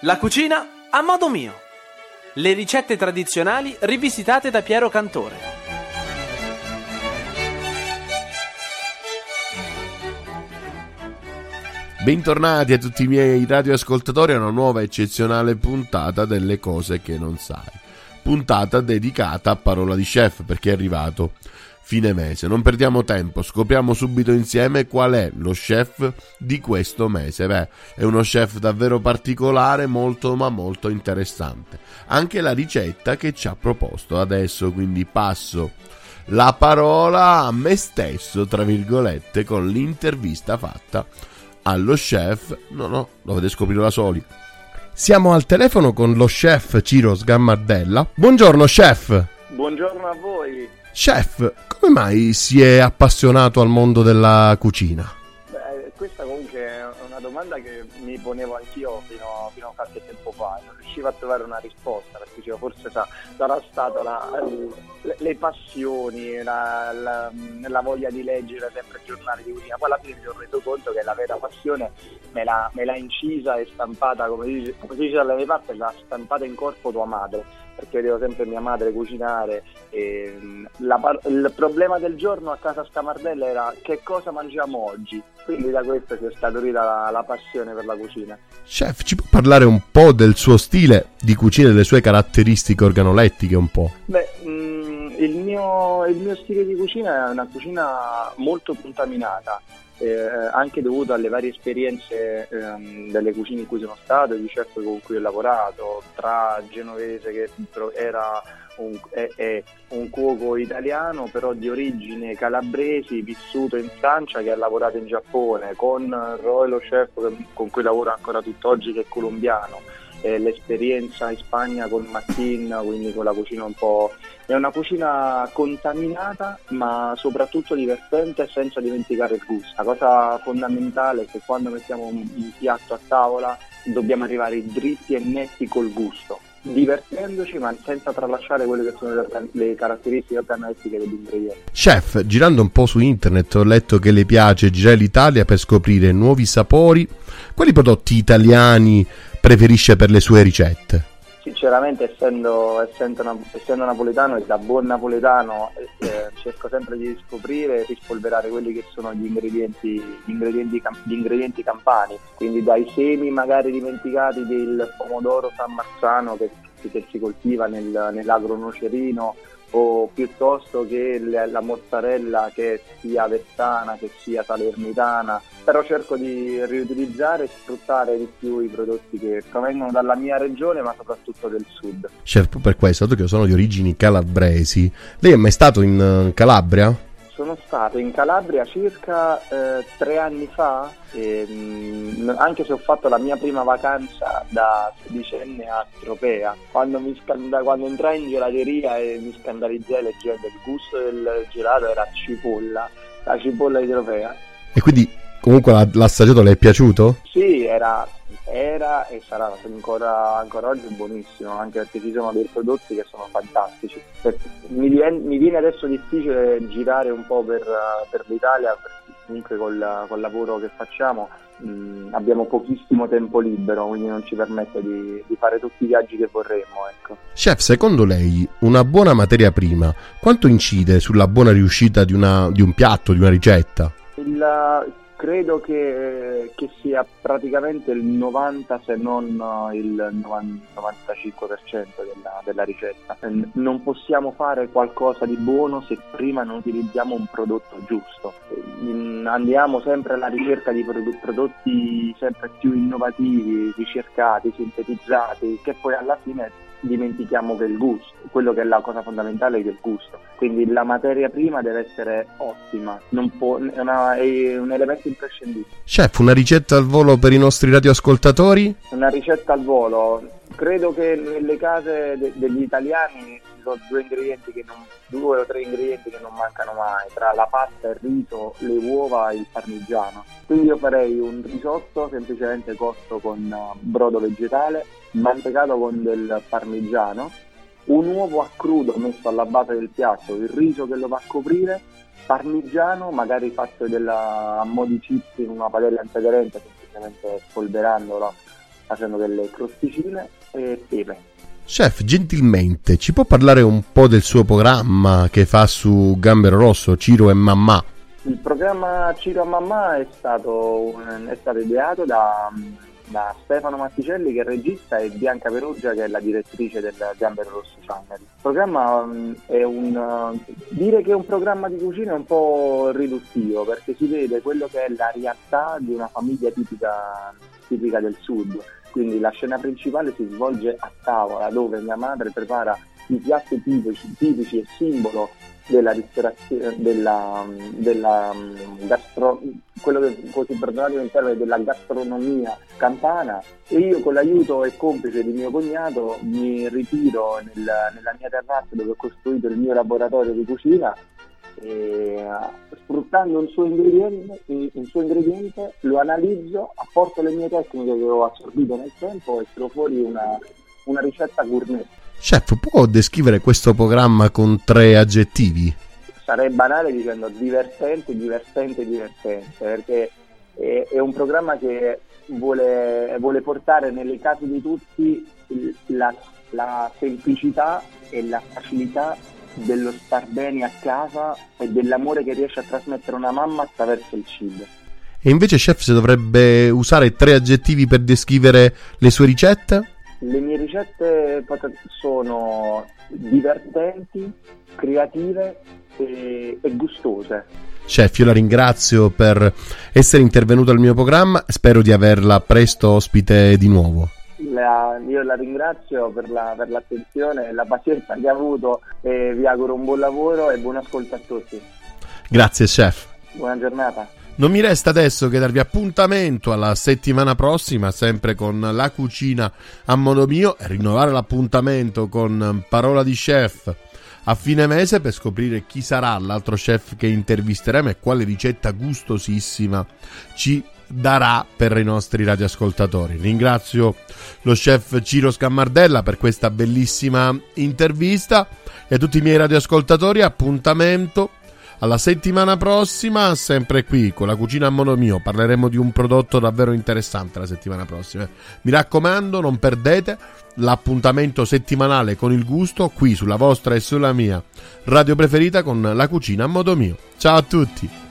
La cucina a modo mio. Le ricette tradizionali rivisitate da Piero Cantore. Bentornati a tutti i miei radioascoltatori a una nuova eccezionale puntata delle cose che non sai. Puntata dedicata a Parola di Chef, perché è arrivato fine mese. Non perdiamo tempo, scopriamo subito insieme qual è lo chef di questo mese. È uno chef davvero particolare, molto ma molto interessante. Anche la ricetta che ci ha proposto adesso, quindi passo la parola a me stesso, tra virgolette, con l'intervista fatta allo chef. No, dovete scoprirlo da soli. Siamo al telefono con lo chef Ciro Sgammardella. Buongiorno chef. Buongiorno a voi. Chef, come mai si è appassionato al mondo della cucina? Questa comunque è una domanda che mi ponevo anch'io fino a qualche tempo fa. Non riuscivo a trovare una risposta, perché dicevo, forse sarà stata le passioni, la voglia di leggere sempre giornali di cucina. Poi alla fine mi sono reso conto che la vera passione me l'ha incisa e stampata, come si dice dalle mie parti, l'ha stampata in corpo tua madre. Perché vedevo sempre mia madre cucinare e il problema del giorno a casa Scamardella era: che cosa mangiamo oggi? Quindi da questo si è scaturita la passione per la cucina. Chef, ci può parlare un po' del suo stile di cucina e delle sue caratteristiche organolettiche un po'? Il mio stile di cucina è una cucina molto contaminata. Anche dovuto alle varie esperienze delle cucine in cui sono stato, di chef con cui ho lavorato, tra genovese che era è un cuoco italiano però di origine calabresi, vissuto in Francia, che ha lavorato in Giappone, con lo chef con cui lavoro ancora tutt'oggi, che è colombiano. L'esperienza in Spagna con Martin, quindi con la cucina un po'... È una cucina contaminata ma soprattutto divertente, senza dimenticare il gusto. La cosa fondamentale è che quando mettiamo un piatto a tavola dobbiamo arrivare dritti e netti col gusto, divertendoci ma senza tralasciare quelle che sono le caratteristiche organolettiche degli ingredienti. Chef, girando un po' su internet ho letto che le piace girare l'Italia per scoprire nuovi sapori. Quali prodotti italiani preferisce per le sue ricette? Sinceramente, essendo napoletano e da buon napoletano, cerco sempre di scoprire e rispolverare quelli che sono gli ingredienti campani, quindi dai semi magari dimenticati del pomodoro San Marzano che si coltiva nell'agro nocerino, o piuttosto che la mozzarella, che sia vestana, che sia salernitana, però cerco di riutilizzare e sfruttare di più i prodotti che provengono dalla mia regione, ma soprattutto del sud. Chef, per questo, dato che io sono di origini calabresi, lei è mai stato in Calabria? Sono stato in Calabria circa 3 anni fa, anche se ho fatto la mia prima vacanza da sedicenne a Tropea. Quando entrai in gelateria e mi scandalizzai leggendo il gusto del gelato, era la cipolla di Tropea. E quindi comunque l'assaggiato le è piaciuto? Sì, era e sarà ancora oggi buonissimo, anche perché ci sono dei prodotti che sono fantastici. Mi viene adesso difficile girare un po' per l'Italia, perché comunque col lavoro che facciamo abbiamo pochissimo tempo libero, quindi non ci permette di fare tutti i viaggi che vorremmo, ecco. Chef, secondo lei una buona materia prima quanto incide sulla buona riuscita di un piatto, di una ricetta? Credo che sia praticamente il 90, se non il 95% della ricetta. Non possiamo fare qualcosa di buono se prima non utilizziamo un prodotto giusto. Andiamo sempre alla ricerca di prodotti sempre più innovativi, ricercati, sintetizzati, che poi alla fine dimentichiamo che il gusto, quello che è la cosa fondamentale, è il gusto. Quindi la materia prima deve essere ottima, è un elemento imprescindibile. Chef, una ricetta al volo per i nostri radioascoltatori? Una ricetta al volo, credo che nelle case degli italiani ci sono 2 o 3 ingredienti che non mancano mai, tra la pasta, il riso, le uova e il parmigiano. Quindi io farei un risotto semplicemente cotto con brodo vegetale, mantecato con del parmigiano, un uovo a crudo messo alla base del piatto, il riso che lo va a coprire, parmigiano magari fatto a mo' di chips in una padella antiaderente, semplicemente spolverandolo facendo delle crosticine e pepe. Chef, gentilmente, ci può parlare un po' del suo programma che fa su Gambero Rosso, Ciro e Mamma? Il programma Ciro e Mamma è stato ideato da Stefano Matticelli, che è il regista, e Bianca Perugia, che è la direttrice del Gambero Rosso Channel. Il programma dire che è un programma di cucina è un po' riduttivo, perché si vede quello che è la realtà di una famiglia tipica del sud. Quindi la scena principale si svolge a tavola, dove mia madre prepara i piatti tipici e simbolo della ristorazione, quello che così perdonatemi il termine, della gastronomia campana, e io, con l'aiuto e complice di mio cognato, mi ritiro nella mia terrazza, dove ho costruito il mio laboratorio di cucina, e sfruttando un suo ingrediente lo analizzo, apporto le mie tecniche che ho assorbito nel tempo e tiro fuori una ricetta gourmet. Chef, può descrivere questo programma con 3 aggettivi? Sarei banale dicendo divertente, perché è un programma che vuole portare nelle case di tutti la semplicità e la facilità dello star bene a casa e dell'amore che riesce a trasmettere una mamma attraverso il cibo. E invece, chef, se dovrebbe usare 3 aggettivi per descrivere le sue ricette? Le mie ricette sono divertenti, creative e gustose. Chef, io la ringrazio per essere intervenuto al mio programma, spero di averla presto ospite di nuovo. Io la ringrazio per l'attenzione e la pazienza che ha avuto, e vi auguro un buon lavoro e buon ascolto a tutti. Grazie, chef. Buona giornata. Non mi resta adesso che darvi appuntamento alla settimana prossima, sempre con la cucina a modo mio, e rinnovare l'appuntamento con Parola di Chef a fine mese per scoprire chi sarà l'altro chef che intervisteremo e quale ricetta gustosissima ci darà per i nostri radioascoltatori. Ringrazio lo chef Ciro Scammardella per questa bellissima intervista, e a tutti i miei radioascoltatori appuntamento alla settimana prossima, sempre qui con la cucina a modo mio. Parleremo di un prodotto davvero interessante la settimana prossima. Mi raccomando, non perdete l'appuntamento settimanale con il gusto qui sulla vostra e sulla mia radio preferita con la cucina a modo mio. Ciao a tutti.